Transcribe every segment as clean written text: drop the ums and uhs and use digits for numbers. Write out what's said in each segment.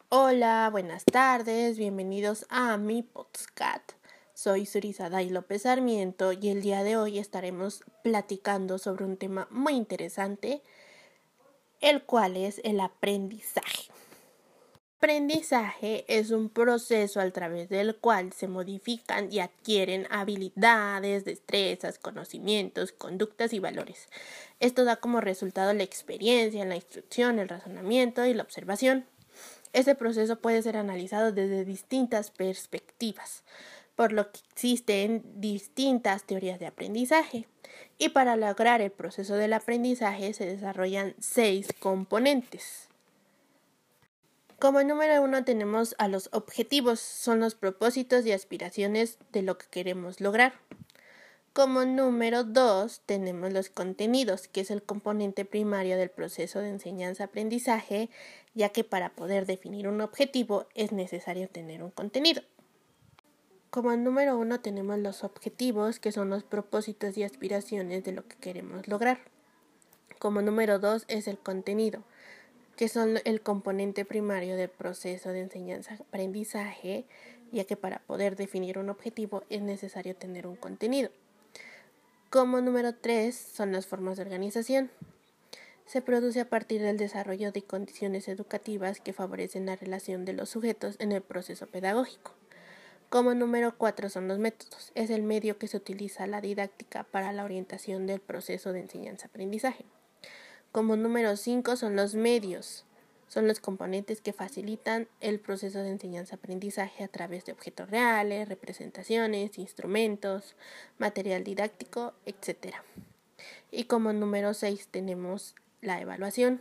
Hola, buenas tardes, bienvenidos a mi podcast. Soy Surisa Day López Sarmiento y el día de hoy estaremos platicando sobre un tema muy interesante, el cual es el aprendizaje. El aprendizaje es un proceso a través del cual se modifican y adquieren habilidades, destrezas, conocimientos, conductas y valores. Esto da como resultado la experiencia, la instrucción, el razonamiento y la observación. Este proceso puede ser analizado desde distintas perspectivas, por lo que existen distintas teorías de aprendizaje. Y para lograr el proceso del aprendizaje se desarrollan 6 componentes. Como número 1 tenemos a los objetivos, son los propósitos y aspiraciones de lo que queremos lograr. Como número 2 tenemos los contenidos, que es el componente primario del proceso de enseñanza-aprendizaje, ya que para poder definir un objetivo es necesario tener un contenido. Como número 1 tenemos los objetivos, que son los propósitos y aspiraciones de lo que queremos lograr. Como número 2 es el contenido, que son el componente primario del proceso de enseñanza-aprendizaje, ya que para poder definir un objetivo es necesario tener un contenido. Como número 3 son las formas de organización. Se produce a partir del desarrollo de condiciones educativas que favorecen la relación de los sujetos en el proceso pedagógico. Como número 4 son los métodos. Es el medio que se utiliza la didáctica para la orientación del proceso de enseñanza-aprendizaje. Como número 5 son los medios. Son los componentes que facilitan el proceso de enseñanza-aprendizaje a través de objetos reales, representaciones, instrumentos, material didáctico, etc. Y como número 6 tenemos la evaluación,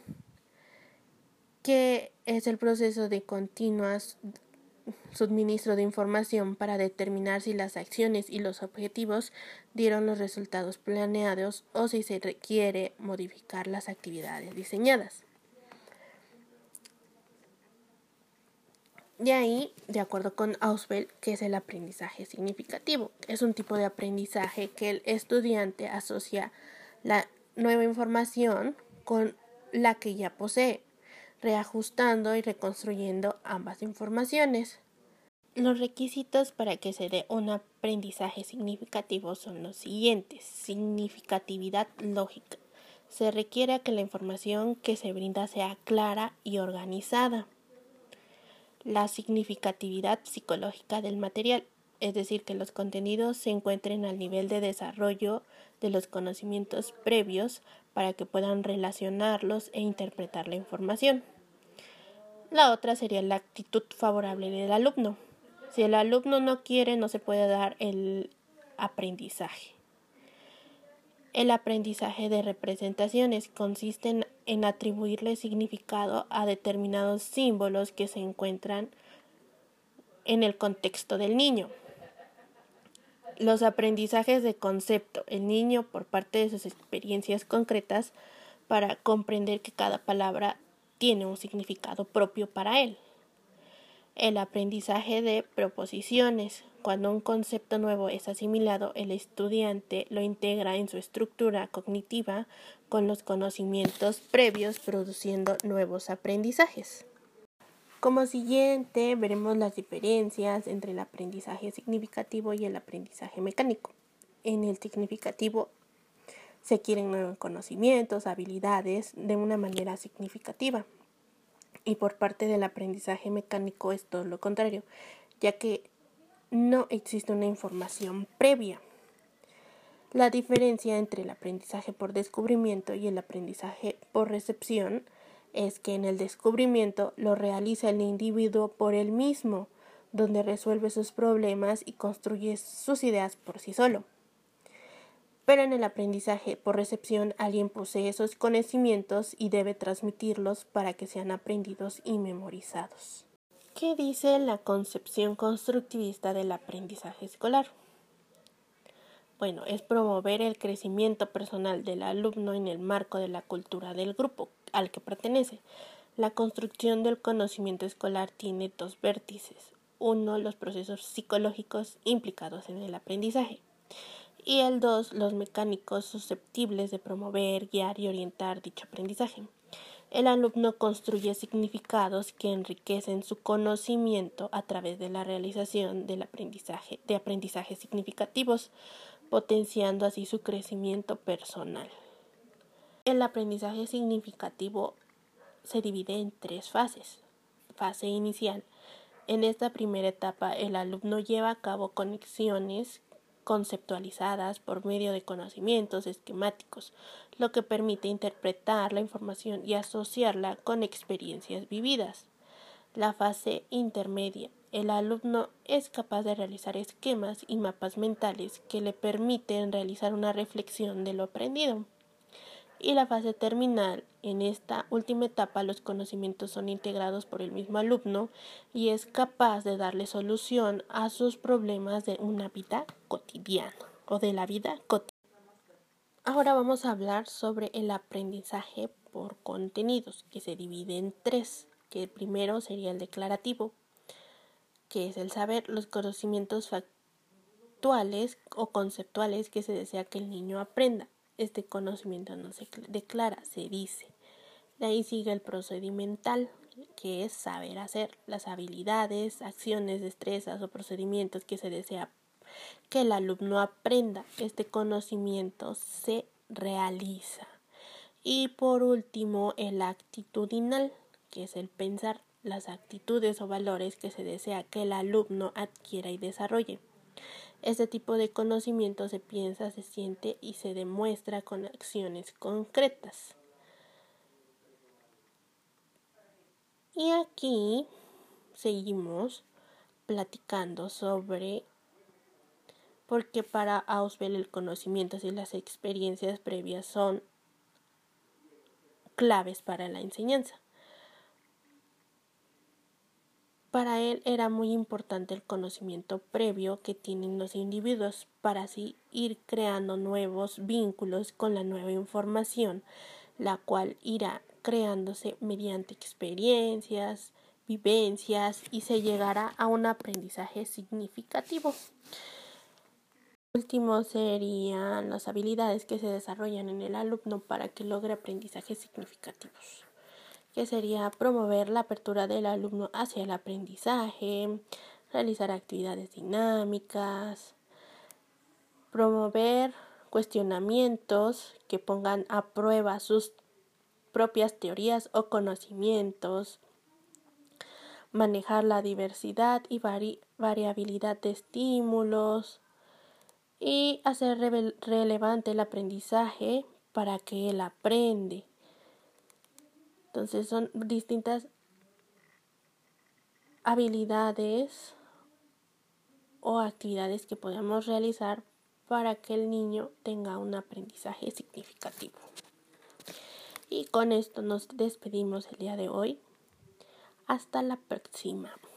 que es el proceso de continuas suministro de información para determinar si las acciones y los objetivos dieron los resultados planeados o si se requiere modificar las actividades diseñadas. De ahí, de acuerdo con Ausubel, ¿qué es el aprendizaje significativo? Es un tipo de aprendizaje que el estudiante asocia la nueva información con la que ya posee, reajustando y reconstruyendo ambas informaciones. Los requisitos para que se dé un aprendizaje significativo son los siguientes. Significatividad lógica. Se requiere que la información que se brinda sea clara y organizada. La significatividad psicológica del material, es decir, que los contenidos se encuentren al nivel de desarrollo de los conocimientos previos para que puedan relacionarlos e interpretar la información. La otra sería la actitud favorable del alumno. Si el alumno no quiere, no se puede dar el aprendizaje. El aprendizaje de representaciones consiste en atribuirle significado a determinados símbolos que se encuentran en el contexto del niño. Los aprendizajes de concepto, el niño por parte de sus experiencias concretas para comprender que cada palabra tiene un significado propio para él. El aprendizaje de proposiciones. Cuando un concepto nuevo es asimilado, el estudiante lo integra en su estructura cognitiva con los conocimientos previos, produciendo nuevos aprendizajes. Como siguiente, veremos las diferencias entre el aprendizaje significativo y el aprendizaje mecánico. En el significativo se adquieren nuevos conocimientos, habilidades de una manera significativa. Y por parte del aprendizaje mecánico es todo lo contrario, ya que no existe una información previa. La diferencia entre el aprendizaje por descubrimiento y el aprendizaje por recepción es que en el descubrimiento lo realiza el individuo por él mismo, donde resuelve sus problemas y construye sus ideas por sí solo. Pero en el aprendizaje por recepción alguien posee esos conocimientos y debe transmitirlos para que sean aprendidos y memorizados. ¿Qué dice la concepción constructivista del aprendizaje escolar? Bueno, es promover el crecimiento personal del alumno en el marco de la cultura del grupo al que pertenece. La construcción del conocimiento escolar tiene 2 vértices. Uno, los procesos psicológicos implicados en el aprendizaje. Y el 2, los mecánicos susceptibles de promover, guiar y orientar dicho aprendizaje. El alumno construye significados que enriquecen su conocimiento a través de la realización de aprendizajes significativos, potenciando así su crecimiento personal. El aprendizaje significativo se divide en 3 fases. Fase inicial. En esta primera etapa, el alumno lleva a cabo conexiones conceptualizadas por medio de conocimientos esquemáticos, lo que permite interpretar la información y asociarla con experiencias vividas. La fase intermedia. El alumno es capaz de realizar esquemas y mapas mentales que le permiten realizar una reflexión de lo aprendido. Y la fase terminal. En esta última etapa los conocimientos son integrados por el mismo alumno y es capaz de darle solución a sus problemas de una vida cotidiana o de la vida cotidiana. Ahora vamos a hablar sobre el aprendizaje por contenidos, que se divide en 3, que el primero sería el declarativo, que es el saber, los conocimientos factuales o conceptuales que se desea que el niño aprenda. Este conocimiento no se declara, se dice. De ahí sigue el procedimental, que es saber hacer, las habilidades, acciones, destrezas o procedimientos que se desea que el alumno aprenda. Este conocimiento se realiza. Y por último, el actitudinal, que es el pensar, las actitudes o valores que se desea que el alumno adquiera y desarrolle. Este tipo de conocimiento se piensa, se siente y se demuestra con acciones concretas. Y aquí seguimos platicando sobre por qué para Ausubel el conocimiento y las experiencias previas son claves para la enseñanza. Para él era muy importante el conocimiento previo que tienen los individuos para así ir creando nuevos vínculos con la nueva información, la cual irá creándose mediante experiencias, vivencias y se llegará a un aprendizaje significativo. Último serían las habilidades que se desarrollan en el alumno para que logre aprendizajes significativos, que sería promover la apertura del alumno hacia el aprendizaje, realizar actividades dinámicas, promover cuestionamientos que pongan a prueba sus propias teorías o conocimientos, manejar la diversidad y variabilidad de estímulos y hacer relevante el aprendizaje para que él aprende. Entonces son distintas habilidades o actividades que podemos realizar para que el niño tenga un aprendizaje significativo. Y con esto nos despedimos el día de hoy. Hasta la próxima.